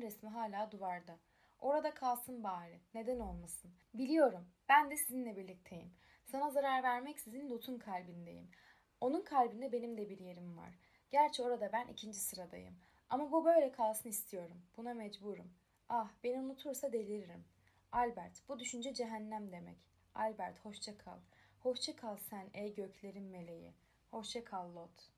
resmi hala duvarda. Orada kalsın bari. Neden olmasın? Biliyorum. Ben de sizinle birlikteyim. Sana zarar vermeksizin Lot'un kalbindeyim. Onun kalbinde benim de bir yerim var. Gerçi orada ben ikinci sıradayım. Ama bu böyle kalsın istiyorum. Buna mecburum. Ah, beni unutursa deliririm. Albert, bu düşünce cehennem demek. Albert, hoşça kal. Hoşça kal sen ey göklerin meleği. Hoşça kal Lot.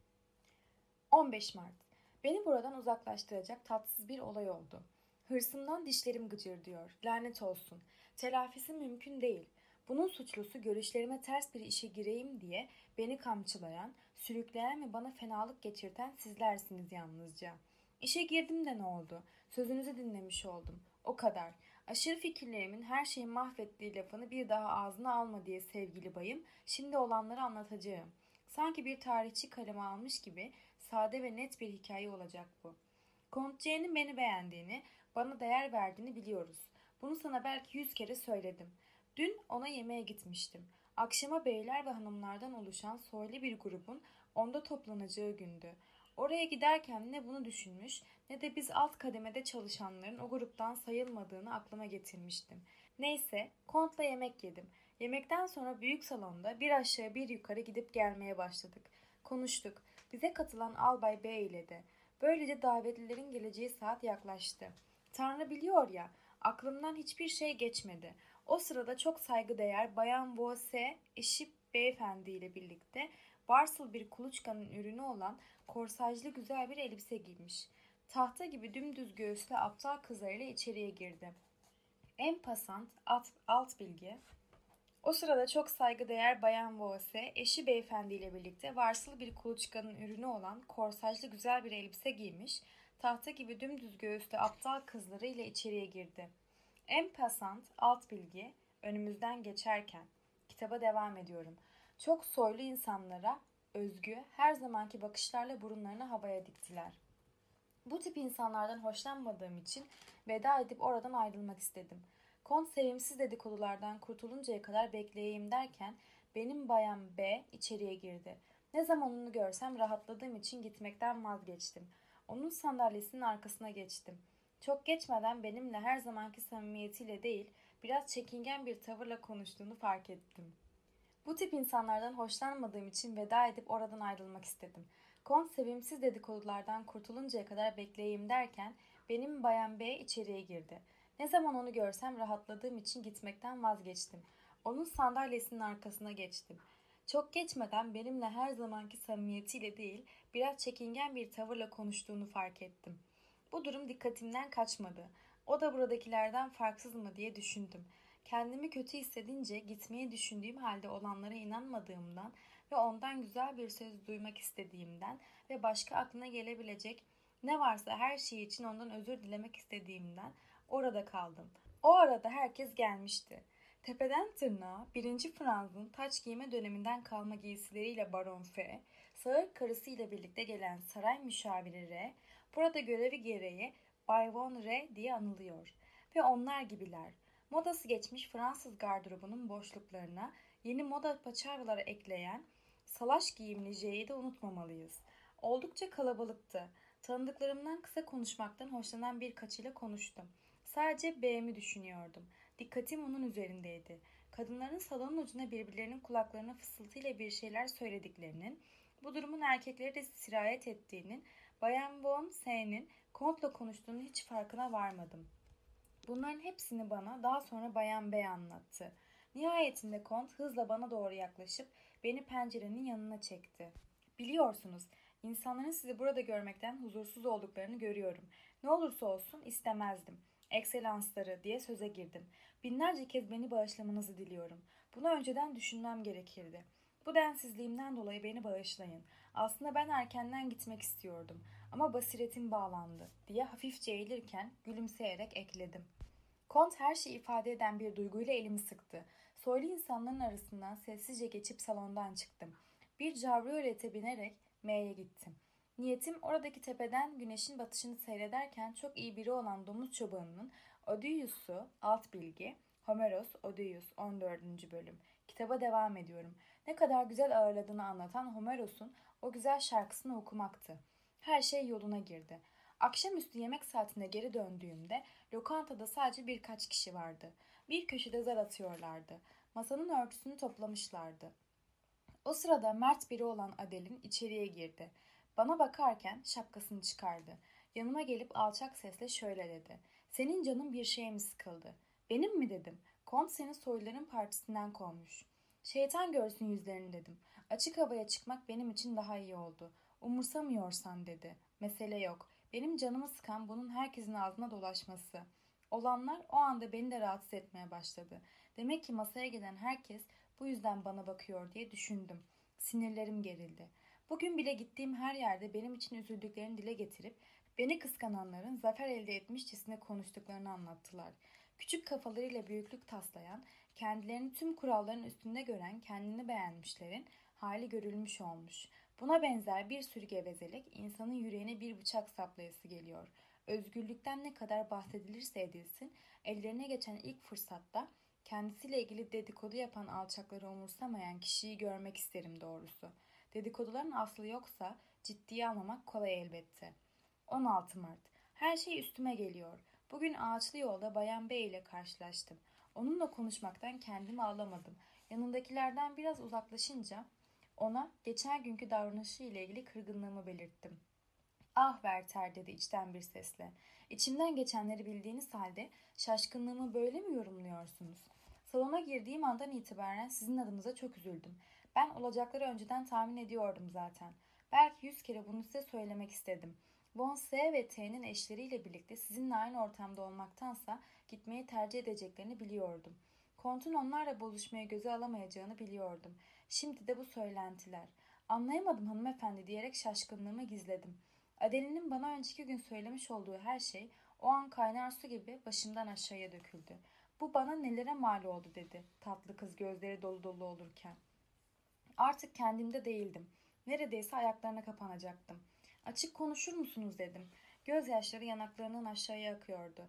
15 Mart. Beni buradan uzaklaştıracak tatsız bir olay oldu. Hırsımdan dişlerim gıcırdıyor. Lanet olsun. Telafisi mümkün değil. Bunun suçlusu görüşlerime ters bir işe gireyim diye beni kamçılayan, sürükleyen ve bana fenalık geçirten sizlersiniz yalnızca. İşe girdim de ne oldu? Sözünüzü dinlemiş oldum. O kadar. Aşırı fikirlerimin her şeyi mahvettiği lafını bir daha ağzına alma diye sevgili bayım, şimdi olanları anlatacağım. Sanki bir tarihçi kaleme almış gibi sade ve net bir hikaye olacak bu. Kontçe'nin beni beğendiğini, bana değer verdiğini biliyoruz. Bunu sana belki 100 kere söyledim. Dün ona yemeğe gitmiştim. Akşama beyler ve hanımlardan oluşan soylu bir grubun onda toplanacağı gündü. Oraya giderken ne bunu düşünmüş ne de biz alt kademede çalışanların o gruptan sayılmadığını aklıma getirmiştim. Neyse, Kont'la yemek yedim. Yemekten sonra büyük salonda bir aşağı bir yukarı gidip gelmeye başladık. Konuştuk. Bize katılan Albay B ile de. Böylece davetlilerin geleceği saat yaklaştı. Tanrı biliyor ya, aklımdan hiçbir şey geçmedi. O sırada çok saygıdeğer Bayan Vose, eşi beyefendi ile birlikte varsıl bir kuluçkanın ürünü olan korsajlı güzel bir elbise giymiş. Tahta gibi dümdüz göğüslü aptal kızlarıyla içeriye girdi. En pasant, alt bilgi, o sırada çok saygıdeğer Bayan Vose, eşi beyefendi ile birlikte varsıl bir kuluçkanın ürünü olan korsajlı güzel bir elbise giymiş, tahta gibi dümdüz göğüslü aptal kızları ile içeriye girdi. En passant, alt bilgi, önümüzden geçerken, kitaba devam ediyorum. Çok soylu insanlara, özgü, her zamanki bakışlarla burunlarını havaya diktiler. Bu tip insanlardan hoşlanmadığım için veda edip oradan ayrılmak istedim. Kont sevimsiz dedikodulardan kurtuluncaya kadar bekleyeyim derken benim bayan B içeriye girdi. Ne zaman onu görsem rahatladığım için gitmekten vazgeçtim. Onun sandalyesinin arkasına geçtim. Çok geçmeden benimle her zamanki samimiyetiyle değil, biraz çekingen bir tavırla konuştuğunu fark ettim. Bu tip insanlardan hoşlanmadığım için veda edip oradan ayrılmak istedim. Kont sevimsiz dedikodulardan kurtuluncaya kadar bekleyeyim derken benim bayan B içeriye girdi. Ne zaman onu görsem rahatladığım için gitmekten vazgeçtim. Onun sandalyesinin arkasına geçtim. Çok geçmeden benimle her zamanki samimiyetiyle değil, biraz çekingen bir tavırla konuştuğunu fark ettim. Bu durum dikkatimden kaçmadı. O da buradakilerden farksız mı diye düşündüm. Kendimi kötü hissedince gitmeyi düşündüğüm halde olanlara inanmadığımdan ve ondan güzel bir söz duymak istediğimden ve başka aklına gelebilecek ne varsa her şey için ondan özür dilemek istediğimden orada kaldım. O arada herkes gelmişti. Tepeden tırnağa 1. Franz'ın taç giyme döneminden kalma giysileriyle Baron F, sağır karısıyla birlikte gelen saray müşaviri R, burada görevi gereği Bay Von R diye anılıyor. Ve onlar gibiler. Modası geçmiş Fransız gardırobunun boşluklarına yeni moda paçavraları ekleyen salaş giyimli J'yi de unutmamalıyız. Oldukça kalabalıktı. Tanıdıklarımdan kısa konuşmaktan hoşlanan birkaçıyla konuştum. Sadece B'mi düşünüyordum. Dikkatim onun üzerindeydi. Kadınların salonun ucuna birbirlerinin kulaklarına fısıltıyla bir şeyler söylediklerinin, bu durumun erkeklere de sirayet ettiğinin, Bayan Von S'nin Kont'la konuştuğunu hiç farkına varmadım. Bunların hepsini bana daha sonra Bayan Bey anlattı. Nihayetinde Kont hızla bana doğru yaklaşıp beni pencerenin yanına çekti. Biliyorsunuz, insanların sizi burada görmekten huzursuz olduklarını görüyorum. Ne olursa olsun istemezdim. Ekselansları diye söze girdim. Binlerce kez beni bağışlamanızı diliyorum. Bunu önceden düşünmem gerekirdi. Bu densizliğimden dolayı beni bağışlayın. Aslında ben erkenden gitmek istiyordum ama basiretim bağlandı diye hafifçe eğilirken gülümseyerek ekledim. Kont her şeyi ifade eden bir duyguyla elimi sıktı. Soylu insanların arasından sessizce geçip salondan çıktım. Bir cabriolete binerek M'ye gittim. Niyetim oradaki tepeden güneşin batışını seyrederken çok iyi biri olan domuz çobanının Odysseus'u, alt bilgi, Homeros Odysseus 14. bölüm. Kitaba devam ediyorum. Ne kadar güzel ağırladığını anlatan Homeros'un o güzel şarkısını okumaktı. Her şey yoluna girdi. Akşamüstü yemek saatine geri döndüğümde lokantada sadece birkaç kişi vardı. Bir köşede zar atıyorlardı. Masanın örtüsünü toplamışlardı. O sırada mert biri olan Adel'in içeriye girdi. Bana bakarken şapkasını çıkardı. Yanıma gelip alçak sesle şöyle dedi. Senin canın bir şeye mi sıkıldı? Benim mi dedim. Kont seni soyluların partisinden kovmuş. Şeytan görsün yüzlerini dedim. Açık havaya çıkmak benim için daha iyi oldu. Umursamıyorsan dedi. Mesele yok. Benim canımı sıkan bunun herkesin ağzına dolaşması. Olanlar o anda beni de rahatsız etmeye başladı. Demek ki masaya gelen herkes bu yüzden bana bakıyor diye düşündüm. Sinirlerim gerildi. Bugün bile gittiğim her yerde benim için üzüldüklerini dile getirip beni kıskananların zafer elde etmişçesine konuştuklarını anlattılar. Küçük kafalarıyla büyüklük taslayan, kendilerini tüm kuralların üstünde gören kendini beğenmişlerin hali görülmüş olmuş. Buna benzer bir sürü gevezelik insanın yüreğine bir bıçak saplayası geliyor. Özgürlükten ne kadar bahsedilirse edilsin, ellerine geçen ilk fırsatta kendisiyle ilgili dedikodu yapan alçakları umursamayan kişiyi görmek isterim doğrusu. Dedikoduların aslı yoksa ciddiye almamak kolay elbette. 16 Mart. Her şey üstüme geliyor. Bugün Ağaçlı yolda Bayan Bey ile karşılaştım. Onunla konuşmaktan kendimi alamadım. Yanındakilerden biraz uzaklaşınca ona geçen günkü davranışı ile ilgili kırgınlığımı belirttim. Ah Werther dedi içten bir sesle. İçimden geçenleri bildiğiniz halde şaşkınlığımı böyle mi yorumluyorsunuz? Salona girdiğim andan itibaren sizin adınıza çok üzüldüm. Ben olacakları önceden tahmin ediyordum zaten. Belki 100 kere bunu size söylemek istedim. Von S ve T'nin eşleriyle birlikte sizinle aynı ortamda olmaktansa gitmeyi tercih edeceklerini biliyordum. Kont'un onlarla buluşmaya göze alamayacağını biliyordum. Şimdi de bu söylentiler. Anlayamadım hanımefendi diyerek şaşkınlığımı gizledim. Adelinin bana önceki gün söylemiş olduğu her şey o an kaynar su gibi başımdan aşağıya döküldü. Bu bana nelere mal oldu dedi tatlı kız gözleri dolu dolu olurken. Artık kendimde değildim. Neredeyse ayaklarına kapanacaktım. Açık konuşur musunuz dedim. Gözyaşları yanaklarının aşağıya akıyordu.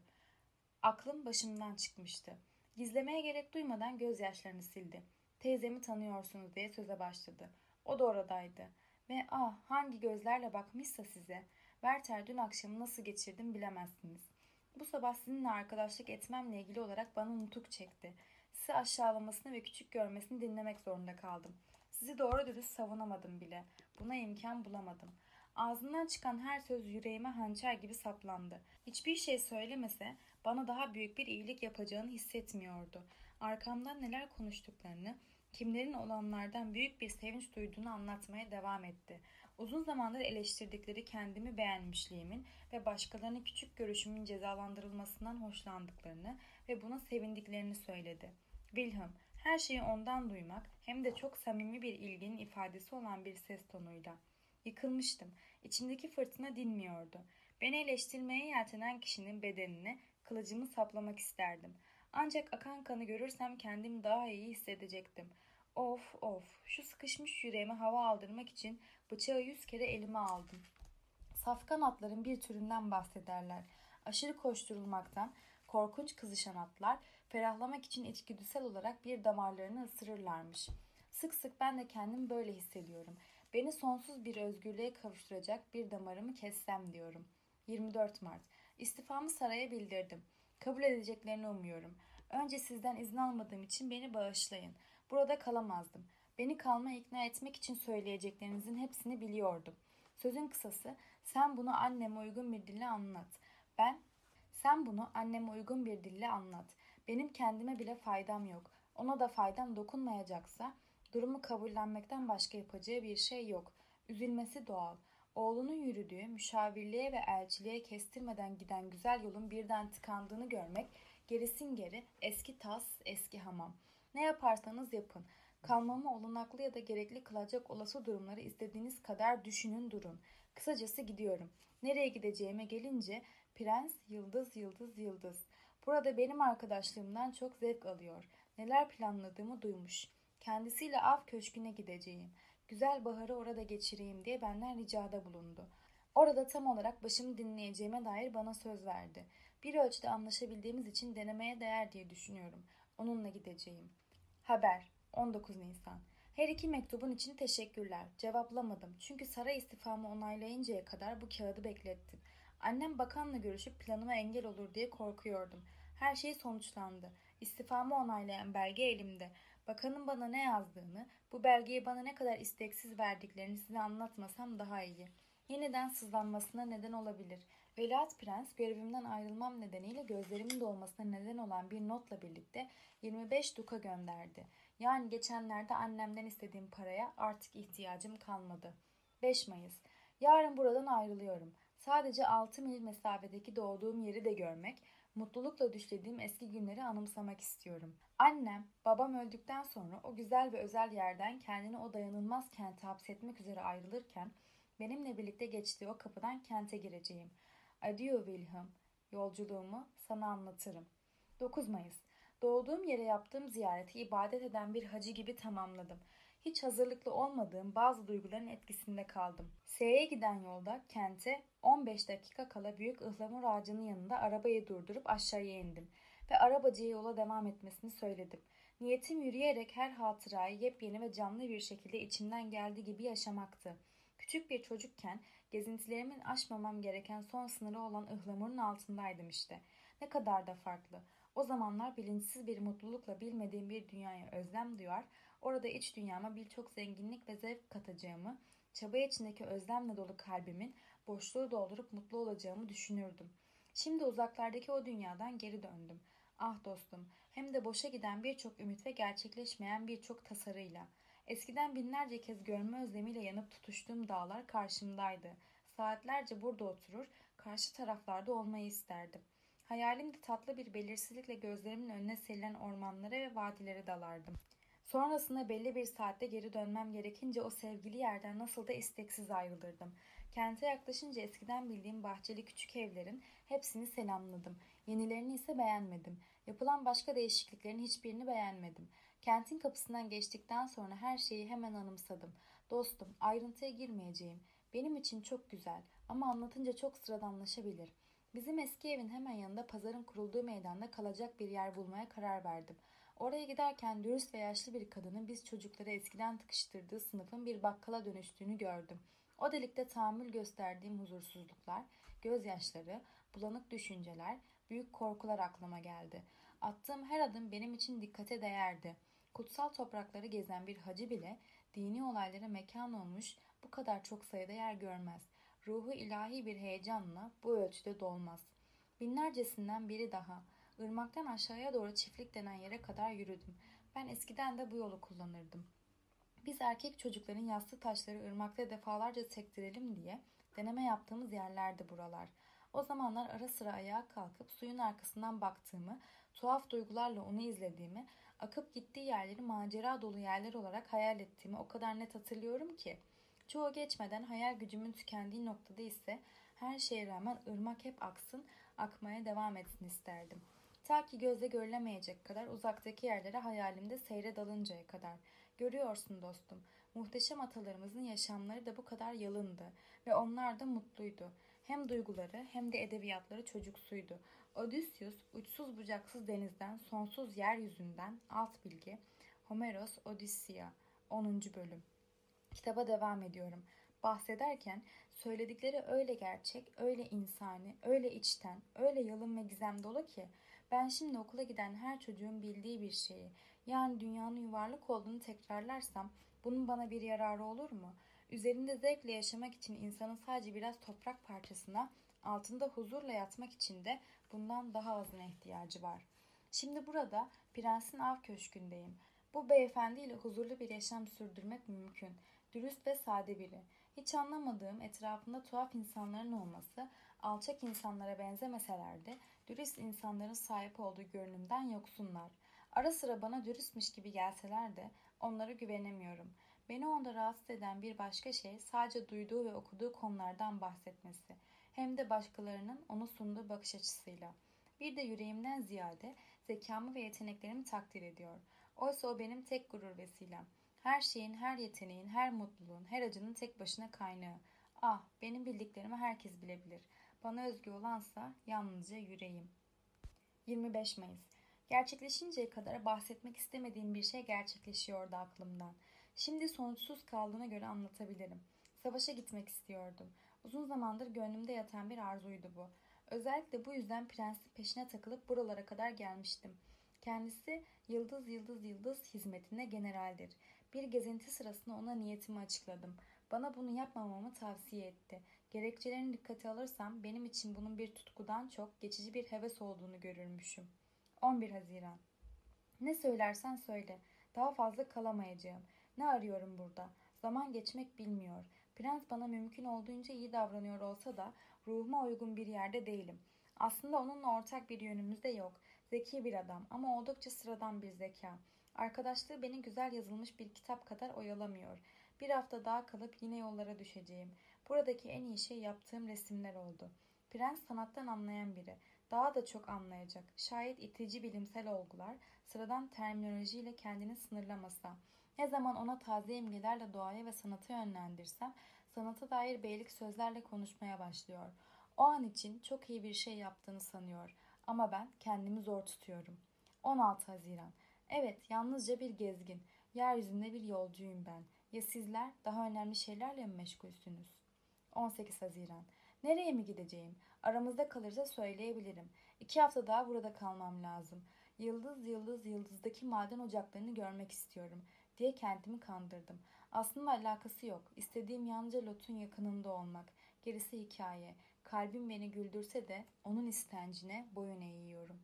Aklım başımdan çıkmıştı. Gizlemeye gerek duymadan gözyaşlarını sildi. Teyzemi tanıyorsunuz diye söze başladı. O da oradaydı. Ve ah hangi gözlerle bakmışsa size. Werther dün akşamı nasıl geçirdim bilemezsiniz. Bu sabah sizinle arkadaşlık etmemle ilgili olarak bana nutuk çekti. Sizi aşağılamasını ve küçük görmesini dinlemek zorunda kaldım. Sizi doğru dürüst savunamadım bile. Buna imkan bulamadım. Ağzından çıkan her söz yüreğime hançer gibi saplandı. Hiçbir şey söylemese bana daha büyük bir iyilik yapacağını hissetmiyordu. Arkamdan neler konuştuklarını, kimlerin olanlardan büyük bir sevinç duyduğunu anlatmaya devam etti. Uzun zamandır eleştirdikleri kendimi beğenmişliğimin ve başkalarını küçük görüşümün cezalandırılmasından hoşlandıklarını ve buna sevindiklerini söyledi. Wilhelm, her şeyi ondan duymak hem de çok samimi bir ilginin ifadesi olan bir ses tonuyla. Yıkılmıştım. İçimdeki fırtına dinmiyordu. Beni eleştirmeye yeltenen kişinin bedenine kılıcımı saplamak isterdim. Ancak akan kanı görürsem kendimi daha iyi hissedecektim. Of of, şu sıkışmış yüreğime hava aldırmak için bıçağı 100 kere elime aldım. Safkan atların bir türünden bahsederler. Aşırı koşturulmaktan korkunç kızışan atlar ferahlamak için içgüdüsel olarak bir damarlarını ısırırlarmış. Sık sık ben de kendimi böyle hissediyorum. Beni sonsuz bir özgürlüğe kavuşturacak bir damarımı kessem diyorum. 24 Mart. İstifamı saraya bildirdim. Kabul edeceklerini umuyorum. Önce sizden izin almadığım için beni bağışlayın. Burada kalamazdım. Beni kalmaya ikna etmek için söyleyeceklerinizin hepsini biliyordum. Sözün kısası, sen bunu anneme uygun bir dille anlat. Ben, sen bunu anneme uygun bir dille anlat. Benim kendime bile faydam yok. Ona da faydam dokunmayacaksa, durumu kabullenmekten başka yapacağı bir şey yok. Üzülmesi doğal. Oğlunun yürüdüğü, müşavirliğe ve elçiliğe kestirmeden giden güzel yolun birden tıkandığını görmek, gerisin geri, eski tas, eski hamam. Ne yaparsanız yapın. Kalmamı olanaklı ya da gerekli kılacak olası durumları istediğiniz kadar düşünün durun. Kısacası gidiyorum. Nereye gideceğime gelince prens yıldız yıldız yıldız. Burada benim arkadaşlığımdan çok zevk alıyor. Neler planladığımı duymuş. Kendisiyle av köşküne gideceğim. Güzel baharı orada geçireyim diye benden ricada bulundu. Orada tam olarak başımı dinleyeceğime dair bana söz verdi. Bir ölçüde anlaşabildiğimiz için denemeye değer diye düşünüyorum. Onunla gideceğim. Haber 19 Nisan. Her iki mektubun için teşekkürler. Cevaplamadım çünkü saray istifamı onaylayıncaya kadar bu kağıdı beklettim. Annem bakanla görüşüp planıma engel olur diye korkuyordum. Her şey sonuçlandı. İstifamı onaylayan belge elimde. Bakanın bana ne yazdığını, bu belgeyi bana ne kadar isteksiz verdiklerini size anlatmasam daha iyi. Yeniden sızlanmasına neden olabilir. Veliaht Prens görevimden ayrılmam nedeniyle gözlerimin dolmasına neden olan bir notla birlikte 25 duka gönderdi. Yani geçenlerde annemden istediğim paraya artık ihtiyacım kalmadı. 5 Mayıs. Yarın buradan ayrılıyorum. Sadece 6 mil mesafedeki doğduğum yeri de görmek, mutlulukla düşlediğim eski günleri anımsamak istiyorum. Annem, babam öldükten sonra o güzel ve özel yerden kendini o dayanılmaz kente hapsetmek üzere ayrılırken, benimle birlikte geçtiği o kapıdan kente gireceğim. Adieu Wilhelm, yolculuğumu sana anlatırım. 9 Mayıs. Doğduğum yere yaptığım ziyareti ibadet eden bir hacı gibi tamamladım. Hiç hazırlıklı olmadığım bazı duyguların etkisinde kaldım. S'ye giden yolda kente 15 dakika kala büyük ıhlamur ağacının yanında arabayı durdurup aşağıya indim ve arabacıya yola devam etmesini söyledim. Niyetim yürüyerek her hatırayı yepyeni ve canlı bir şekilde içimden geldiği gibi yaşamaktı. Küçük bir çocukken gezintilerimin aşmamam gereken son sınırı olan ıhlamurun altındaydım işte. Ne kadar da farklı. O zamanlar bilinçsiz bir mutlulukla bilmediğim bir dünyaya özlem duyar, orada iç dünyama birçok zenginlik ve zevk katacağımı, çaba içindeki özlemle dolu kalbimin boşluğu doldurup mutlu olacağımı düşünürdüm. Şimdi uzaklardaki o dünyadan geri döndüm. Ah dostum, hem de boşa giden birçok ümit ve gerçekleşmeyen birçok tasarıyla. Eskiden binlerce kez görme özlemiyle yanıp tutuştuğum dağlar karşımdaydı. Saatlerce burada oturur, karşı taraflarda olmayı isterdim. Hayalimde tatlı bir belirsizlikle gözlerimin önüne serilen ormanlara ve vadilere dalardım. Sonrasında belli bir saatte geri dönmem gerekince o sevgili yerden nasıl da isteksiz ayrılırdım. Kente yaklaşınca eskiden bildiğim bahçeli küçük evlerin hepsini selamladım. Yenilerini ise beğenmedim. Yapılan başka değişikliklerin hiçbirini beğenmedim. Kentin kapısından geçtikten sonra her şeyi hemen anımsadım. Dostum, ayrıntıya girmeyeceğim. Benim için çok güzel ama anlatınca çok sıradanlaşabilir. Bizim eski evin hemen yanında pazarın kurulduğu meydanda kalacak bir yer bulmaya karar verdim. Oraya giderken dürüst ve yaşlı bir kadının biz çocukları eskiden tıkıştırdığı sınıfın bir bakkala dönüştüğünü gördüm. O delikte tahammül gösterdiğim huzursuzluklar, gözyaşları, bulanık düşünceler, büyük korkular aklıma geldi. Attığım her adım benim için dikkate değerdi. Kutsal toprakları gezen bir hacı bile dini olaylara mekan olmuş bu kadar çok sayıda yer görmez. Ruhu ilahi bir heyecanla bu ölçüde dolmaz. Binlercesinden biri daha. Irmaktan aşağıya doğru çiftlik denen yere kadar yürüdüm. Ben eskiden de bu yolu kullanırdım. Biz erkek çocukların yassı taşları ırmakta defalarca sektirelim diye deneme yaptığımız yerlerdi buralar. O zamanlar ara sıra ayağa kalkıp suyun arkasından baktığımı, tuhaf duygularla onu izlediğimi, akıp gittiği yerleri macera dolu yerler olarak hayal ettiğimi o kadar net hatırlıyorum ki. Çoğu geçmeden hayal gücümün tükendiği noktada ise her şeye rağmen ırmak hep aksın, akmaya devam etsin isterdim. Ta ki gözle görülemeyecek kadar uzaktaki yerlere hayalimde seyre dalıncaya kadar. Görüyorsun dostum, muhteşem atalarımızın yaşamları da bu kadar yalındı ve onlar da mutluydu. Hem duyguları hem de edebiyatları çocuksuydu. Odysseus uçsuz bucaksız denizden, sonsuz yeryüzünden alt bilgi. Homeros Odysseia 10. bölüm. Kitaba devam ediyorum. Bahsederken söyledikleri öyle gerçek, öyle insani, öyle içten, öyle yalın ve gizem dolu ki ben şimdi okula giden her çocuğun bildiği bir şeyi, yani dünyanın yuvarlak olduğunu tekrarlarsam bunun bana bir yararı olur mu? Üzerinde zevkle yaşamak için insanın sadece biraz toprak parçasına, altında huzurla yatmak için de bundan daha azına ihtiyacı var. Şimdi burada Prens'in av köşkündeyim. Bu beyefendiyle huzurlu bir yaşam sürdürmek mümkün. Dürüst ve sade biri. Hiç anlamadığım etrafında tuhaf insanların olması, alçak insanlara benzemeseler de dürüst insanların sahip olduğu görünümden yoksunlar. Ara sıra bana dürüstmüş gibi gelseler de onlara güvenemiyorum. Beni onda rahatsız eden bir başka şey sadece duyduğu ve okuduğu konulardan bahsetmesi. Hem de başkalarının ona sunduğu bakış açısıyla. Bir de yüreğimden ziyade zekamı ve yeteneklerimi takdir ediyor. Oysa o benim tek gurur vesilem. Her şeyin, her yeteneğin, her mutluluğun, her acının tek başına kaynağı. Ah, benim bildiklerimi herkes bilebilir. Bana özgü olansa yalnızca yüreğim. 25 Mayıs. Gerçekleşinceye kadar bahsetmek istemediğim bir şey gerçekleşiyordu aklımdan. Şimdi sonuçsuz kaldığına göre anlatabilirim. Savaşa gitmek istiyordum. Uzun zamandır gönlümde yatan bir arzuydu bu. Özellikle bu yüzden prensin peşine takılıp buralara kadar gelmiştim. Kendisi yıldız yıldız yıldız hizmetinde generaldir. Bir gezinti sırasında ona niyetimi açıkladım. Bana bunu yapmamamı tavsiye etti. Gerekçelerini dikkate alırsam benim için bunun bir tutkudan çok geçici bir heves olduğunu görürmüşüm. 11 Haziran. Ne söylersen söyle. Daha fazla kalamayacağım. Ne arıyorum burada? Zaman geçmek bilmiyor. Prens bana mümkün olduğunca iyi davranıyor olsa da ruhuma uygun bir yerde değilim. Aslında onunla ortak bir yönümüz de yok. Zeki bir adam ama oldukça sıradan bir zeka. Arkadaşlığı beni güzel yazılmış bir kitap kadar oyalamıyor. Bir hafta daha kalıp yine yollara düşeceğim. Buradaki en iyi şey yaptığım resimler oldu. Prens sanattan anlayan biri. Daha da çok anlayacak. Şayet itici bilimsel olgular, sıradan terminolojiyle kendini sınırlamasa. Ne zaman ona taze imgelerle doğaya ve sanata yönlendirsem, sanata dair beylik sözlerle konuşmaya başlıyor. O an için çok iyi bir şey yaptığını sanıyor. Ama ben kendimi zor tutuyorum. 16 Haziran. Evet, yalnızca bir gezgin. Yeryüzünde bir yolcuyum ben. Ya sizler daha önemli şeylerle mi meşgulsünüz? 18 Haziran. Nereye mi gideceğim? Aramızda kalırsa söyleyebilirim. 2 hafta daha burada kalmam lazım. Yıldız yıldız yıldızdaki maden ocaklarını görmek istiyorum diye kendimi kandırdım. Aslında alakası yok. İstediğim yalnızca Lot'un yakınında olmak. Gerisi hikaye. Kalbim beni güldürse de onun istencine boyun eğiyorum.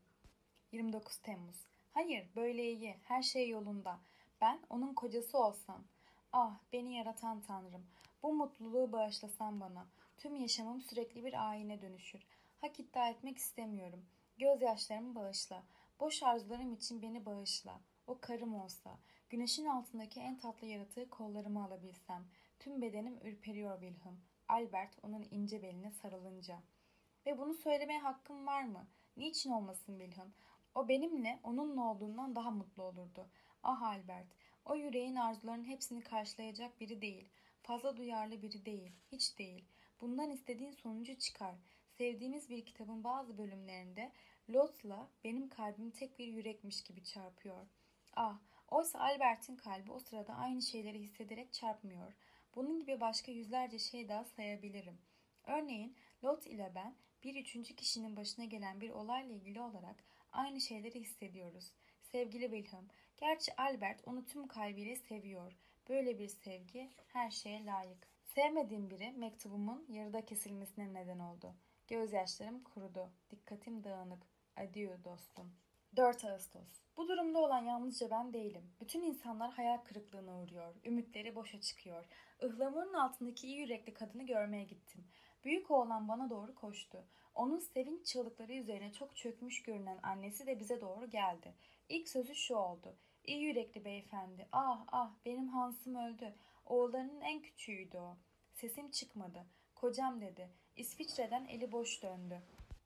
29 Temmuz. Hayır, böyle iyi. Her şey yolunda. Ben onun kocası olsam. Ah, beni yaratan Tanrım. Bu mutluluğu bağışlasan bana. Tüm yaşamım sürekli bir ayine dönüşür. Hak iddia etmek istemiyorum. Gözyaşlarımı bağışla. Boş arzularım için beni bağışla. O karım olsa. Güneşin altındaki en tatlı yaratığı kollarıma alabilsem. Tüm bedenim ürperiyor Wilhelm. Albert onun ince beline sarılınca. Ve bunu söylemeye hakkım var mı? Niçin olmasın Wilhelm? O benimle onunla olduğundan daha mutlu olurdu. Ah Albert, o yüreğin arzularının hepsini karşılayacak biri değil. Fazla duyarlı biri değil, hiç değil. Bundan istediğin sonucu çıkar. Sevdiğimiz bir kitabın bazı bölümlerinde Lot'la benim kalbim tek bir yürekmiş gibi çarpıyor. Ah, oysa Albert'in kalbi o sırada aynı şeyleri hissederek çarpmıyor. Bunun gibi başka yüzlerce şey daha sayabilirim. Örneğin Lot ile ben bir üçüncü kişinin başına gelen bir olayla ilgili olarak aynı şeyleri hissediyoruz. Sevgili Wilhelm, gerçi Albert onu tüm kalbiyle seviyor. Böyle bir sevgi her şeye layık. Sevmediğim biri mektubumun yarıda kesilmesine neden oldu. Gözyaşlarım kurudu. Dikkatim dağınık. Adieu dostum. 4 Ağustos. Bu durumda olan yalnızca ben değilim. Bütün insanlar hayal kırıklığına uğruyor. Ümitleri boşa çıkıyor. Ihlamurun altındaki iyi yürekli kadını görmeye gittim. Büyük oğlan bana doğru koştu. Onun sevinç çığlıkları üzerine çok çökmüş görünen annesi de bize doğru geldi. İlk sözü şu oldu. İyi yürekli beyefendi. Ah ah benim Hans'ım öldü. Oğullarının en küçüğüydü o. Sesim çıkmadı. Kocam dedi. İsviçre'den eli boş döndü.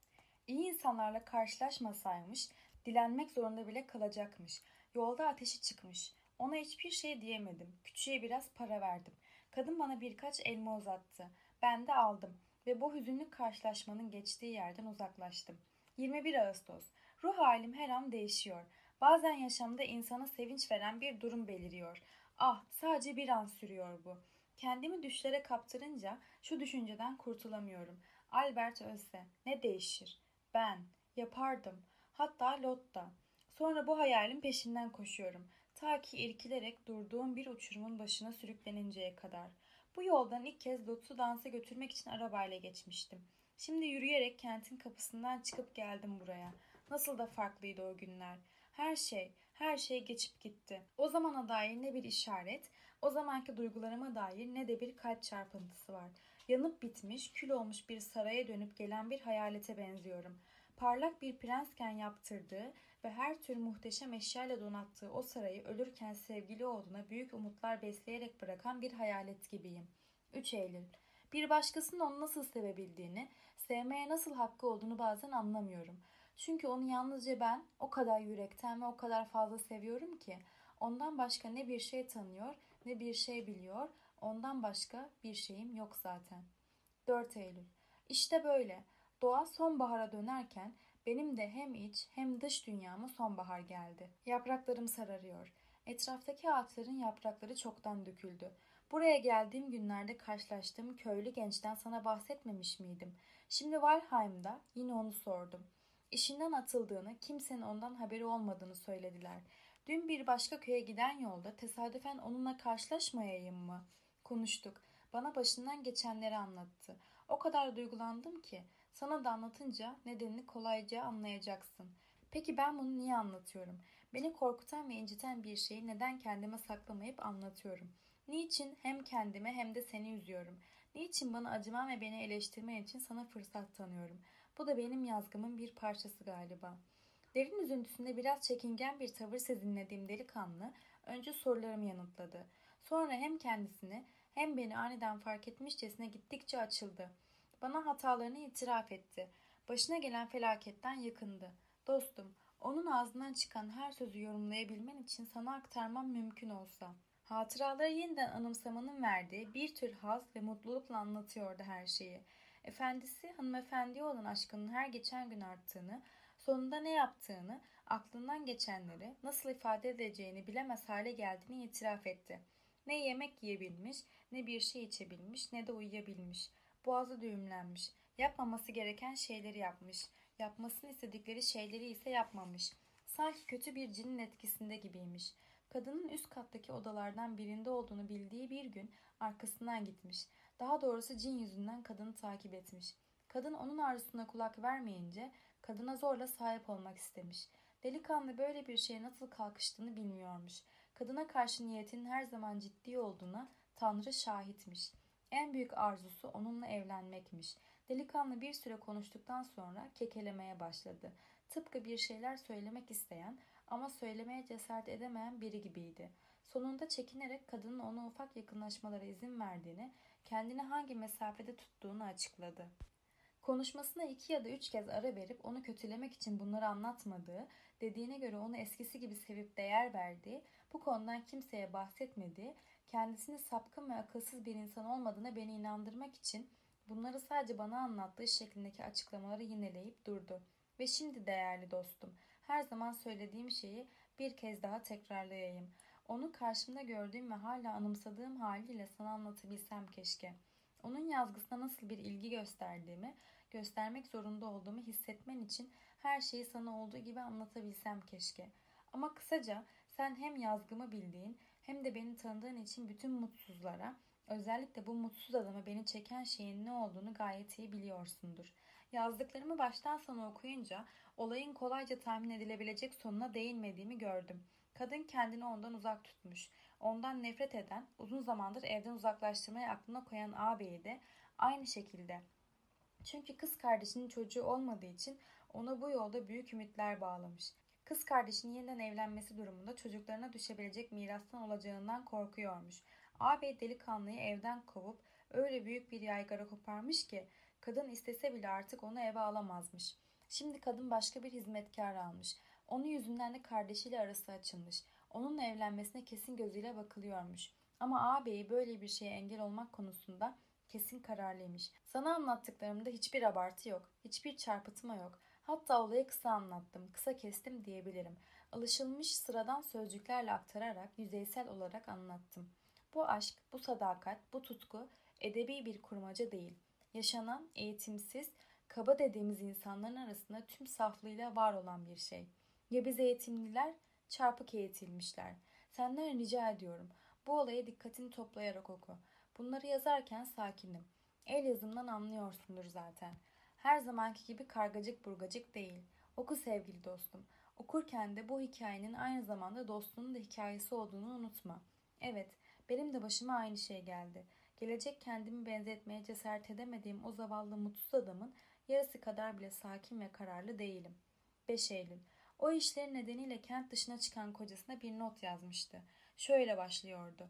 İyi insanlarla karşılaşmasaymış, dilenmek zorunda bile kalacakmış. Yolda ateşi çıkmış. Ona hiçbir şey diyemedim. Küçüğe biraz para verdim. Kadın bana birkaç elma uzattı. Ben de aldım ve bu hüzünlü karşılaşmanın geçtiği yerden uzaklaştım. 21 Ağustos. Ruh halim her an değişiyor. Bazen yaşamda insana sevinç veren bir durum beliriyor. Ah, sadece bir an sürüyor bu. Kendimi düşlere kaptırınca şu düşünceden kurtulamıyorum. Albert ölse ne değişir? Ben yapardım. Hatta Lotta. Sonra bu hayalin peşinden koşuyorum. Ta ki irkilerek durduğum bir uçurumun başına sürükleninceye kadar. Bu yoldan ilk kez Lot'u dansa götürmek için arabayla geçmiştim. Şimdi yürüyerek kentin kapısından çıkıp geldim buraya. Nasıl da farklıydı o günler. Her şey geçip gitti. O zamana dair ne bir işaret, o zamanki duygularıma dair ne de bir kalp çarpıntısı var. Yanıp bitmiş, kül olmuş bir saraya dönüp gelen bir hayalete benziyorum. Parlak bir prensken yaptırdığı ve her tür muhteşem eşyayla donattığı o sarayı ölürken sevgili oğluna büyük umutlar besleyerek bırakan bir hayalet gibiyim. 3 Eylül. Bir başkasının onu nasıl sevebildiğini, sevmeye nasıl hakkı olduğunu bazen anlamıyorum. Çünkü onu yalnızca ben o kadar yürekten ve o kadar fazla seviyorum ki ondan başka ne bir şey tanıyor ne bir şey biliyor, ondan başka bir şeyim yok zaten. 4 Eylül. İşte böyle. Doğa sonbahara dönerken benim de hem iç hem dış dünyama sonbahar geldi. Yapraklarım sararıyor. Etraftaki ağaçların yaprakları çoktan döküldü. Buraya geldiğim günlerde karşılaştığım köylü gençten sana bahsetmemiş miydim? Şimdi Valheim'da yine onu sordum. İşinden atıldığını, kimsenin ondan haberi olmadığını söylediler. Dün bir başka köye giden yolda tesadüfen onunla karşılaşmayayım mı? Konuştuk. Bana başından geçenleri anlattı. O kadar duygulandım ki sana da anlatınca nedenini kolayca anlayacaksın. Peki ben bunu niye anlatıyorum? Beni korkutan ve inciten bir şeyi neden kendime saklamayıp anlatıyorum? Niçin hem kendime hem de seni üzüyorum? Niçin bana acıman ve beni eleştirmen için sana fırsat tanıyorum? Bu da benim yazgımın bir parçası galiba. Derin üzüntüsünde biraz çekingen bir tavır sezinlediğim delikanlı önce sorularımı yanıtladı. Sonra hem kendisini hem beni aniden fark etmişçesine gittikçe açıldı. Bana hatalarını itiraf etti. Başına gelen felaketten yakındı. Dostum, onun ağzından çıkan her sözü yorumlayabilmen için sana aktarmam mümkün olsa. Hatıraları yeniden anımsamanın verdiği bir tür haz ve mutlulukla anlatıyordu her şeyi. Efendisi hanımefendiye olan aşkının her geçen gün arttığını, sonunda ne yaptığını, aklından geçenleri, nasıl ifade edeceğini bilemez hale geldiğini itiraf etti. Ne yemek yiyebilmiş, ne bir şey içebilmiş, ne de uyuyabilmiş. Boğazı düğümlenmiş. Yapmaması gereken şeyleri yapmış. Yapmasını istedikleri şeyleri ise yapmamış. Sanki kötü bir cinin etkisinde gibiymiş. Kadının üst kattaki odalardan birinde olduğunu bildiği bir gün arkasından gitmiş. Daha doğrusu cin yüzünden kadını takip etmiş. Kadın onun arzusuna kulak vermeyince kadına zorla sahip olmak istemiş. Delikanlı böyle bir şeye nasıl kalkıştığını bilmiyormuş. Kadına karşı niyetinin her zaman ciddi olduğuna Tanrı şahitmiş. En büyük arzusu onunla evlenmekmiş. Delikanlı bir süre konuştuktan sonra kekelemeye başladı. Tıpkı bir şeyler söylemek isteyen ama söylemeye cesaret edemeyen biri gibiydi. Sonunda çekinerek kadının ona ufak yakınlaşmalara izin verdiğini, kendini hangi mesafede tuttuğunu açıkladı. Konuşmasına 2 ya da 3 kez ara verip onu kötülemek için bunları anlatmadığı, dediğine göre onu eskisi gibi sevip değer verdiği, bu konudan kimseye bahsetmediği, kendisini sapkın ve akılsız bir insan olmadığına beni inandırmak için bunları sadece bana anlattığı şeklindeki açıklamaları yineleyip durdu. Ve şimdi değerli dostum, her zaman söylediğim şeyi bir kez daha tekrarlayayım. Onu karşımda gördüğüm ve hala anımsadığım haliyle sana anlatabilsem keşke. Onun yazgısına nasıl bir ilgi gösterdiğimi, göstermek zorunda olduğumu hissetmen için her şeyi sana olduğu gibi anlatabilsem keşke. Ama kısaca sen hem yazgımı bildiğin hem de beni tanıdığın için bütün mutsuzlara, özellikle bu mutsuz adama beni çeken şeyin ne olduğunu gayet iyi biliyorsundur. Yazdıklarımı baştan sona okuyunca olayın kolayca tahmin edilebilecek sonuna değinmediğimi gördüm. Kadın kendini ondan uzak tutmuş. Ondan nefret eden, uzun zamandır evden uzaklaştırmayı aklına koyan ağabeyi de aynı şekilde. Çünkü kız kardeşinin çocuğu olmadığı için ona bu yolda büyük ümitler bağlamış. Kız kardeşinin yeniden evlenmesi durumunda çocuklarına düşebilecek mirastan olacağından korkuyormuş. Ağabey delikanlıyı evden kovup öyle büyük bir yaygara koparmış ki kadın istese bile artık onu eve alamazmış. Şimdi kadın başka bir hizmetkar almış. Onun yüzünden de kardeşiyle arası açılmış. Onunla evlenmesine kesin gözüyle bakılıyormuş. Ama ağabeyi böyle bir şeye engel olmak konusunda kesin kararlıymış. Sana anlattıklarımda hiçbir abartı yok, hiçbir çarpıtma yok. Hatta olayı kısa anlattım, kısa kestim diyebilirim. Alışılmış sıradan sözcüklerle aktararak, yüzeysel olarak anlattım. Bu aşk, bu sadakat, bu tutku edebi bir kurmaca değil. Yaşanan, eğitimsiz, kaba dediğimiz insanların arasında tüm saflığıyla var olan bir şey. Ya biz eğitimliler, çarpık eğitilmişler. Senden rica ediyorum, bu olaya dikkatini toplayarak oku. Bunları yazarken sakinim. El yazımdan anlıyorsundur zaten. Her zamanki gibi kargacık burgacık değil. Oku sevgili dostum. Okurken de bu hikayenin aynı zamanda dostluğunun da hikayesi olduğunu unutma. Evet, benim de başıma aynı şey geldi. Gelecek kendimi benzetmeye cesaret edemediğim o zavallı mutsuz adamın yarısı kadar bile sakin ve kararlı değilim. 5 Eylül. O işlerin nedeniyle kent dışına çıkan kocasına bir not yazmıştı. Şöyle başlıyordu.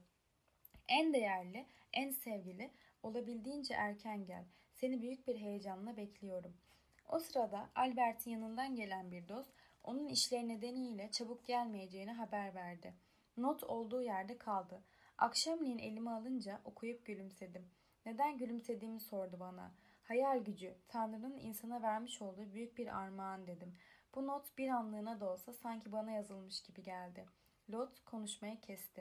En değerli, en sevgili, olabildiğince erken gel. Seni büyük bir heyecanla bekliyorum. O sırada Albert'in yanından gelen bir dost, onun işleri nedeniyle çabuk gelmeyeceğini haber verdi. Not olduğu yerde kaldı. Akşamleyin elime alınca okuyup gülümsedim. Neden gülümsediğimi sordu bana. Hayal gücü, Tanrı'nın insana vermiş olduğu büyük bir armağan dedim. Bu not bir anlığına da olsa sanki bana yazılmış gibi geldi. Lot konuşmayı kesti.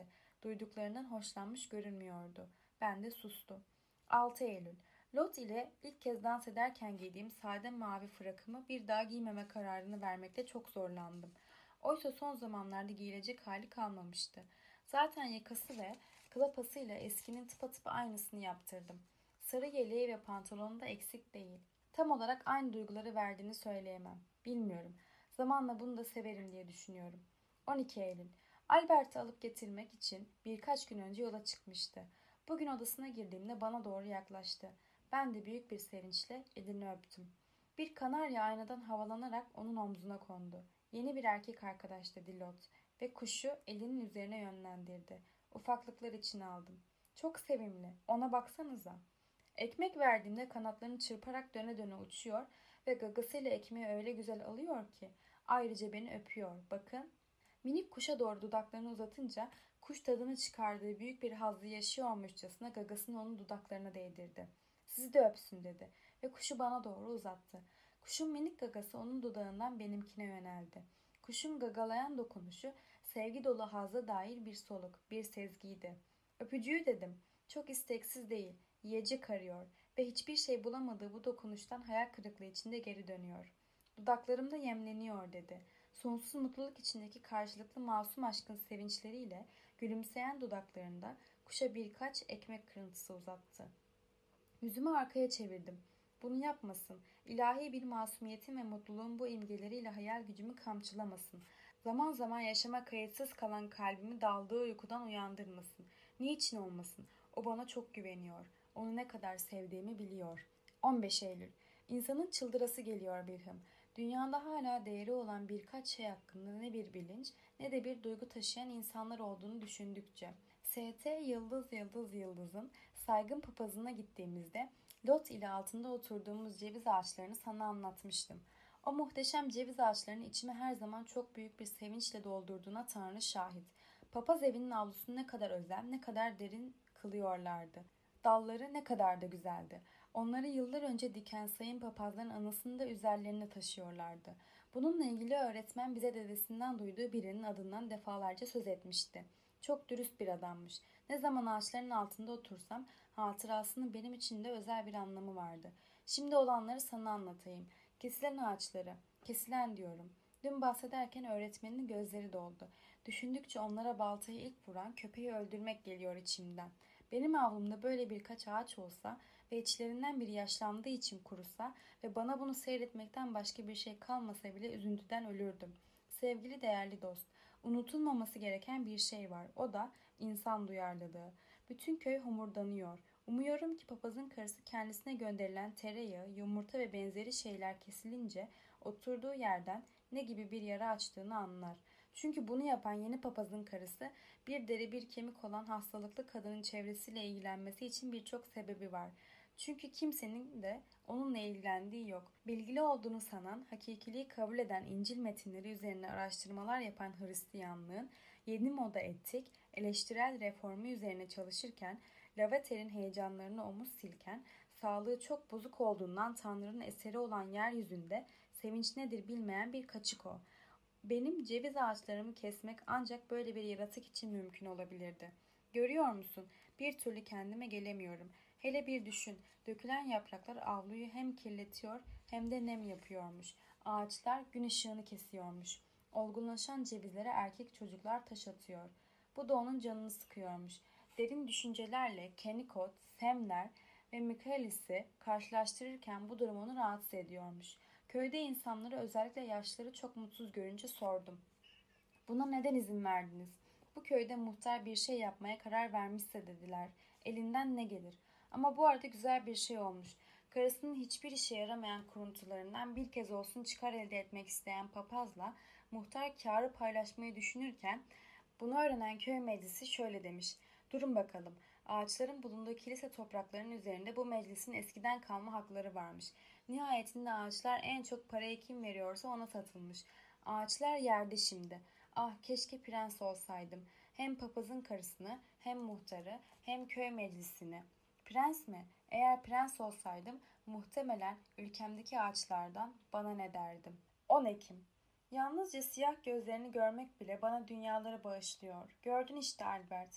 Duyduklarından hoşlanmış görünmüyordu. Ben de sustum. 6 Eylül. Lot ile ilk kez dans ederken giydiğim sade mavi frakımı bir daha giymeme kararını vermekte çok zorlandım. Oysa son zamanlarda giyilecek hali kalmamıştı. Zaten yakası ve klapasıyla eskinin tıpatıp aynısını yaptırdım. Sarı yeleği ve pantolonu da eksik değil. Tam olarak aynı duyguları verdiğini söyleyemem. Bilmiyorum. Zamanla bunu da severim diye düşünüyorum. 12 Eylül. Albert'i alıp getirmek için birkaç gün önce yola çıkmıştı. Bugün odasına girdiğimde bana doğru yaklaştı. Ben de büyük bir sevinçle elini öptüm. Bir kanarya aynadan havalanarak onun omzuna kondu. Yeni bir erkek arkadaş dedi Lot ve kuşu elinin üzerine yönlendirdi. Ufaklıklar için aldım. Çok sevimli. Ona baksanıza. Ekmek verdiğimde kanatlarını çırparak döne döne uçuyor ve gagasıyla ekmeği öyle güzel alıyor ki. Ayrıca beni öpüyor. Bakın. Minik kuşa doğru dudaklarını uzatınca kuş tadını çıkardığı büyük bir hazzı yaşıyormuşçasına gagasını onun dudaklarına değdirdi. Sizi de öpsün dedi ve kuşu bana doğru uzattı. Kuşun minik gagası onun dudağından benimkine yöneldi. Kuşun gagalayan dokunuşu sevgi dolu hazza dair bir soluk, bir sezgiydi. Öpücüğü dedim. Çok isteksiz değil, yiyecek arıyor ve hiçbir şey bulamadığı bu dokunuştan hayal kırıklığı içinde geri dönüyor. Dudaklarımda yemleniyor dedi. Sonsuz mutluluk içindeki karşılıklı masum aşkın sevinçleriyle gülümseyen dudaklarında kuşa birkaç ekmek kırıntısı uzattı. Yüzümü arkaya çevirdim. Bunu yapmasın. İlahi bir masumiyetin ve mutluluğun bu imgeleriyle hayal gücümü kamçılamasın. Zaman zaman yaşama kayıtsız kalan kalbimi daldığı uykudan uyandırmasın. Niçin olmasın? O bana çok güveniyor. Onu ne kadar sevdiğimi biliyor. 15 Eylül. İnsanın çıldırası geliyor Bilham. Dünyada hala değeri olan birkaç şey hakkında ne bir bilinç ne de bir duygu taşıyan insanlar olduğunu düşündükçe. ST Yıldız Yıldız Yıldız'ın saygın papazına gittiğimizde Lot ile altında oturduğumuz ceviz ağaçlarını sana anlatmıştım. O muhteşem ceviz ağaçlarını içime her zaman çok büyük bir sevinçle doldurduğuna Tanrı şahit. Papaz evinin avlusunu ne kadar özel, ne kadar derin kılıyorlardı. Dalları ne kadar da güzeldi. Onları yıllar önce diken sayın papazların anısını da üzerlerine taşıyorlardı. Bununla ilgili öğretmen bize dedesinden duyduğu birinin adından defalarca söz etmişti. Çok dürüst bir adammış. Ne zaman ağaçların altında otursam hatırasının benim için de özel bir anlamı vardı. Şimdi olanları sana anlatayım. Kesilen ağaçları, kesilen diyorum. Dün bahsederken öğretmenin gözleri doldu. Düşündükçe onlara baltayı ilk vuran köpeği öldürmek geliyor içimden. Benim avlumda böyle birkaç ağaç olsa ve içlerinden biri yaşlandığı için kurusa ve bana bunu seyretmekten başka bir şey kalmasa bile üzüntüden ölürdüm. Sevgili değerli dost, unutulmaması gereken bir şey var. O da insan duyarlılığı. Bütün köy homurdanıyor. Umuyorum ki papazın karısı kendisine gönderilen tereyağı, yumurta ve benzeri şeyler kesilince oturduğu yerden ne gibi bir yara açtığını anlar. Çünkü bunu yapan yeni papazın karısı bir deri bir kemik olan hastalıklı kadının çevresiyle ilgilenmesi için birçok sebebi var. Çünkü kimsenin de onunla ilgilendiği yok. Bilgili olduğunu sanan, hakikiliği kabul eden İncil metinleri üzerine araştırmalar yapan Hristiyanlığın yeni moda etik, eleştirel reformu üzerine çalışırken, Lavater'in heyecanlarını omuz silken, sağlığı çok bozuk olduğundan Tanrı'nın eseri olan yeryüzünde sevinç nedir bilmeyen bir kaçık o. Benim ceviz ağaçlarımı kesmek ancak böyle bir yaratık için mümkün olabilirdi. Görüyor musun? Bir türlü kendime gelemiyorum. Hele bir düşün. Dökülen yapraklar avluyu hem kirletiyor hem de nem yapıyormuş. Ağaçlar gün ışığını kesiyormuş. Olgunlaşan cevizlere erkek çocuklar taş atıyor. Bu da onun canını sıkıyormuş. Derin düşüncelerle Kennicott, Semler ve Michaelis'i karşılaştırırken bu durum onu rahatsız ediyormuş. Köyde insanları, özellikle yaşlıları çok mutsuz görünce sordum. Buna neden izin verdiniz? Bu köyde muhtar bir şey yapmaya karar vermişse dediler. Elinden ne gelir? Ama bu arada güzel bir şey olmuş. Karısının hiçbir işe yaramayan kuruntularından bir kez olsun çıkar elde etmek isteyen papazla muhtar kârı paylaşmayı düşünürken bunu öğrenen köy meclisi şöyle demiş. Durun bakalım. Ağaçların bulunduğu kilise topraklarının üzerinde bu meclisin eskiden kalma hakları varmış. Nihayetinde ağaçlar en çok parayı kim veriyorsa ona satılmış. Ağaçlar yerde şimdi. Ah keşke prens olsaydım. Hem papazın karısını, hem muhtarı, hem köy meclisini. Prens mi? Eğer prens olsaydım muhtemelen ülkemdeki ağaçlardan bana ne derdim. 10 Ekim. Yalnızca siyah gözlerini görmek bile bana dünyaları bağışlıyor. Gördün işte Albert.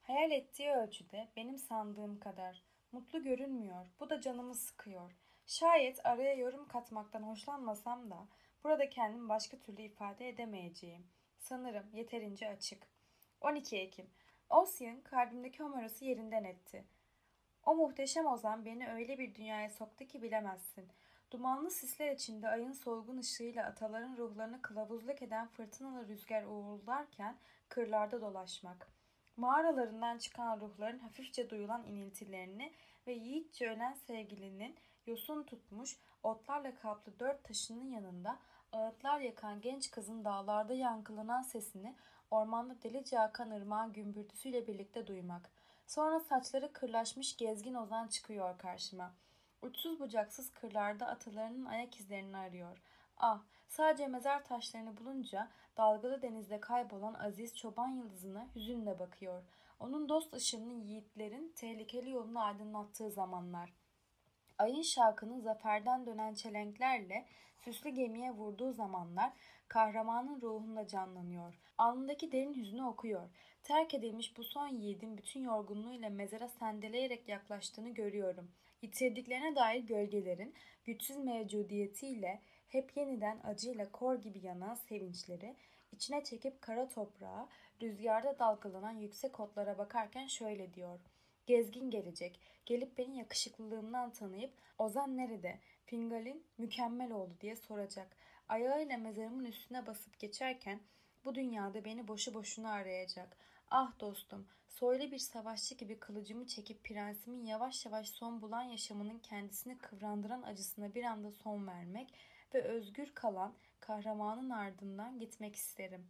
Hayal ettiği ölçüde benim sandığım kadar. Mutlu görünmüyor. Bu da canımı sıkıyor. Şayet araya yorum katmaktan hoşlanmasam da burada kendimi başka türlü ifade edemeyeceğim. Sanırım yeterince açık. 12 Ekim. Ossian kalbimdeki Homeros'u yerinden etti. O muhteşem ozan beni öyle bir dünyaya soktu ki bilemezsin. Dumanlı sisler içinde ayın solgun ışığıyla ataların ruhlarını kılavuzluk eden fırtınalı rüzgar uğuldarken kırlarda dolaşmak. Mağaralarından çıkan ruhların hafifçe duyulan iniltilerini ve yiğitçe ölen sevgilinin yosun tutmuş otlarla kaplı dört taşının yanında ağıtlar yakan genç kızın dağlarda yankılanan sesini ormanda delice akan ırmağın gümbürtüsüyle birlikte duymak. Sonra saçları kırlaşmış gezgin ozan çıkıyor karşıma. Uçsuz bucaksız kırlarda atalarının ayak izlerini arıyor. Ah, sadece mezar taşlarını bulunca dalgalı denizde kaybolan aziz çoban yıldızına hüzünle bakıyor. Onun dost ışığını yiğitlerin tehlikeli yolunu aydınlattığı zamanlar. Ayın şarkının zaferden dönen çelenklerle süslü gemiye vurduğu zamanlar kahramanın ruhunda canlanıyor. Alnındaki derin hüznü okuyor. Terk edilmiş bu son yiğidin bütün yorgunluğuyla mezara sendeleyerek yaklaştığını görüyorum. Yitirdiklerine dair gölgelerin güçsüz mevcudiyetiyle hep yeniden acıyla kor gibi yanan sevinçleri içine çekip kara toprağa, rüzgarda dalgalanan yüksek otlara bakarken şöyle diyor. Gezgin gelecek. Gelip beni yakışıklılığımdan tanıyıp Ozan nerede? Fingal'in mükemmel oldu diye soracak. Ayağıyla mezarımın üstüne basıp geçerken bu dünyada beni boşu boşuna arayacak. Ah dostum, soylu bir savaşçı gibi kılıcımı çekip prensimin yavaş yavaş son bulan yaşamının kendisini kıvrandıran acısına bir anda son vermek ve özgür kalan kahramanın ardından gitmek isterim.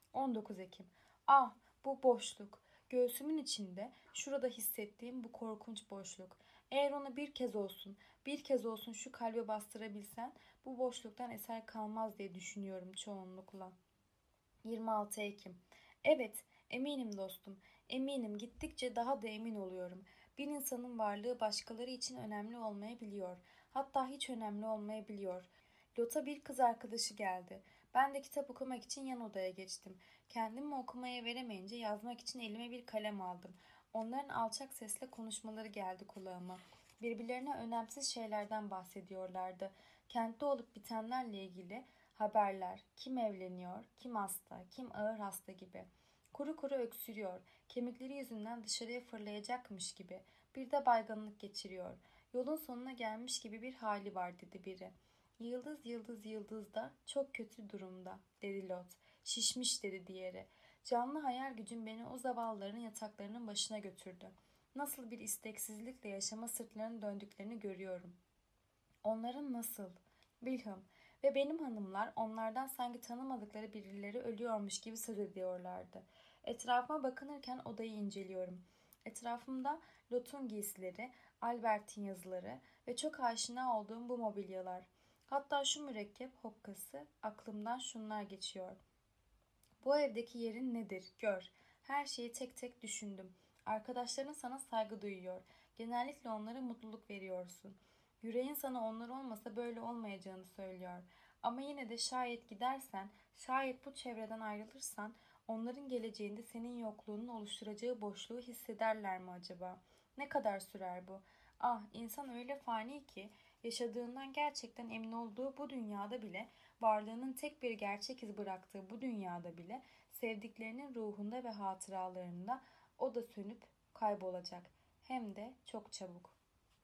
19 Ekim. Ah, bu boşluk. Göğsümün içinde, şurada hissettiğim bu korkunç boşluk. Eğer onu bir kez olsun şu kalbe bastırabilsen, bu boşluktan eser kalmaz diye düşünüyorum çoğunlukla. 26 Ekim. Evet, eminim dostum. Eminim, gittikçe daha da emin oluyorum. Bir insanın varlığı başkaları için önemli olmayabiliyor. Hatta hiç önemli olmayabiliyor. Lot'a bir kız arkadaşı geldi. Ben de kitap okumak için yan odaya geçtim. Kendimi okumaya veremeyince yazmak için elime bir kalem aldım. Onların alçak sesle konuşmaları geldi kulağıma. Birbirlerine önemsiz şeylerden bahsediyorlardı. Kentte olup bitenlerle ilgili haberler, kim evleniyor, kim hasta, kim ağır hasta gibi. Kuru kuru öksürüyor, kemikleri yüzünden dışarıya fırlayacakmış gibi. Bir de baygınlık geçiriyor. Yolun sonuna gelmiş gibi bir hali var dedi biri. Yıldız yıldız yıldız da çok kötü durumda dedi Lot. Şişmiş dedi diğeri. Canlı hayal gücüm beni o zavallıların yataklarının başına götürdü. Nasıl bir isteksizlikle yaşama sırtlarını döndüklerini görüyorum. Onların nasıl? Wilhelm ve benim hanımlar onlardan sanki tanımadıkları birileri ölüyormuş gibi söz ediyorlardı. Etrafıma bakınırken odayı inceliyorum. Etrafımda Lot'un giysileri, Albert'in yazıları ve çok aşina olduğum bu mobilyalar. Hatta şu mürekkep hokkası aklımdan şunlar geçiyor. Bu evdeki yerin nedir? Gör. Her şeyi tek tek düşündüm. Arkadaşların sana saygı duyuyor. Genellikle onlara mutluluk veriyorsun. Yüreğin sana onlar olmasa böyle olmayacağını söylüyor. Ama yine de şayet gidersen, şayet bu çevreden ayrılırsan, onların geleceğinde senin yokluğunun oluşturacağı boşluğu hissederler mi acaba? Ne kadar sürer bu? Ah, insan öyle fani ki, yaşadığından gerçekten emin olduğu bu dünyada bile, varlığının tek bir gerçek iz bıraktığı bu dünyada bile, sevdiklerinin ruhunda ve hatıralarında o da sönüp kaybolacak. Hem de çok çabuk.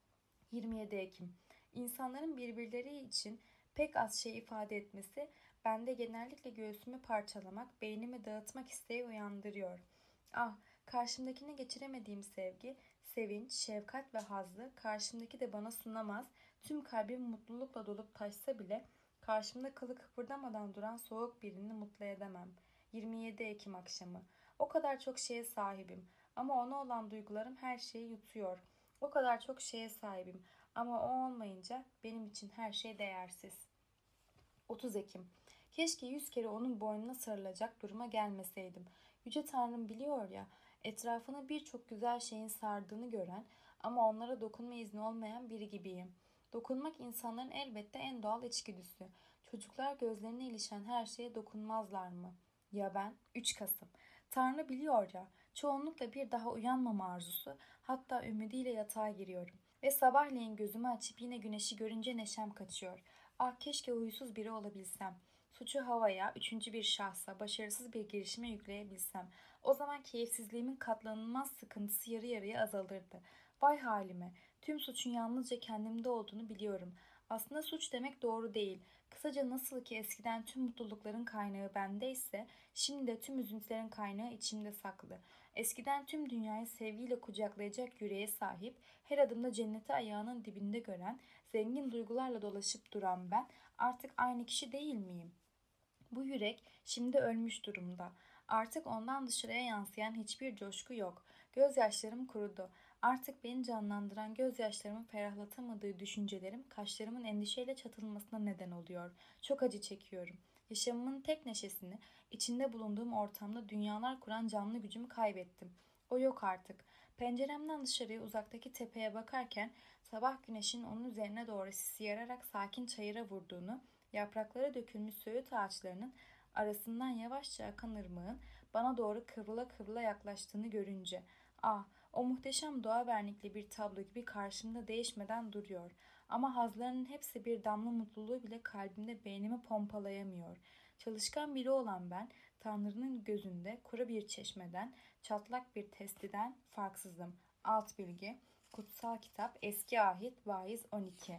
27 Ekim. İnsanların birbirleri için pek az şey ifade etmesi bende genellikle göğsümü parçalamak, beynimi dağıtmak isteği uyandırıyor. Ah, karşımdakine geçiremediğim sevgi, sevinç, şefkat ve hazzı karşımdaki de bana sunamaz, tüm kalbim mutlulukla dolup taşsa bile karşımda kılı kıpırdamadan duran soğuk birini mutlu edemem. 27 Ekim akşamı. O kadar çok şeye sahibim ama ona olan duygularım her şeyi yutuyor. O kadar çok şeye sahibim ama o olmayınca benim için her şey değersiz. 30 Ekim. Keşke 100 kere onun boynuna sarılacak duruma gelmeseydim. Yüce Tanrım biliyor ya, etrafını birçok güzel şeyin sardığını gören ama onlara dokunma izni olmayan biri gibiyim. Dokunmak insanların elbette en doğal içgüdüsü. Çocuklar gözlerine ilişen her şeye dokunmazlar mı? Ya ben? 3 Kasım. Tanrı biliyor ya, Çoğunlukla bir daha uyanmama arzusu, hatta ümidiyle yatağa giriyorum. Ve sabahleyin gözümü açıp yine güneşi görünce neşem kaçıyor. Ah keşke huysuz biri olabilsem. Suçu havaya, üçüncü bir şahsa, başarısız bir girişime yükleyebilsem. O zaman keyifsizliğimin katlanılmaz sıkıntısı yarı yarıya azalırdı. Vay halime, tüm suçun yalnızca kendimde olduğunu biliyorum. Aslında suç demek doğru değil. Kısaca nasıl ki eskiden tüm mutlulukların kaynağı bendeyse, şimdi de tüm üzüntülerin kaynağı içimde saklı. Eskiden tüm dünyayı sevgiyle kucaklayacak yüreğe sahip, her adımda cenneti ayağının dibinde gören, zengin duygularla dolaşıp duran ben artık aynı kişi değil miyim? Bu yürek şimdi ölmüş durumda. Artık ondan dışarıya yansıyan hiçbir coşku yok. Gözyaşlarım kurudu. Artık beni canlandıran gözyaşlarımı ferahlatamadığı düşüncelerim kaşlarımın endişeyle çatılmasına neden oluyor. Çok acı çekiyorum. Yaşamımın tek neşesini, içinde bulunduğum ortamda dünyalar kuran canlı gücümü kaybettim. O yok artık. Penceremden dışarıya uzaktaki tepeye bakarken sabah güneşin onun üzerine doğru sisi yararak sakin çayıra vurduğunu, yapraklara dökülmüş söğüt ağaçlarının arasından yavaşça akan ırmağın bana doğru kıvrıla kıvrıla yaklaştığını görünce, ah, o muhteşem doğa vernikli bir tablo gibi karşımda değişmeden duruyor. Ama hazlarının hepsi bir damla mutluluğu bile kalbimde beynimi pompalayamıyor. Çalışkan biri olan ben, Tanrı'nın gözünde kuru bir çeşmeden, çatlak bir testiden farksızım. Alt bilgi, Kutsal Kitap, Eski Ahit, Vaiz 12.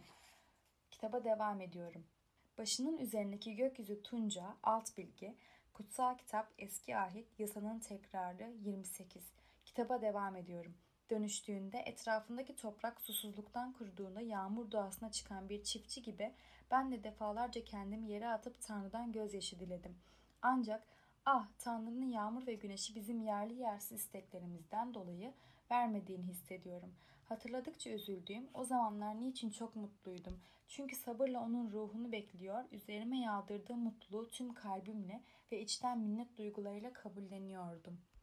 Kitaba devam ediyorum. Başının üzerindeki gökyüzü tunca, alt bilgi, Kutsal Kitap, Eski Ahit, Yasanın Tekrarı 28. Kitaba devam ediyorum. Dönüştüğünde etrafındaki toprak susuzluktan kuruduğunda yağmur doğasına çıkan bir çiftçi gibi ben de defalarca kendimi yere atıp Tanrı'dan gözyaşı diledim. Ancak ah Tanrı'nın yağmur ve güneşi bizim yerli yersiz isteklerimizden dolayı vermediğini hissediyorum. Hatırladıkça üzüldüğüm o zamanlar niçin çok mutluydum. Çünkü sabırla onun ruhunu bekliyor, üzerime yağdırdığı mutluluğu tüm kalbimle ve içten minnet duygularıyla kabulleniyordum.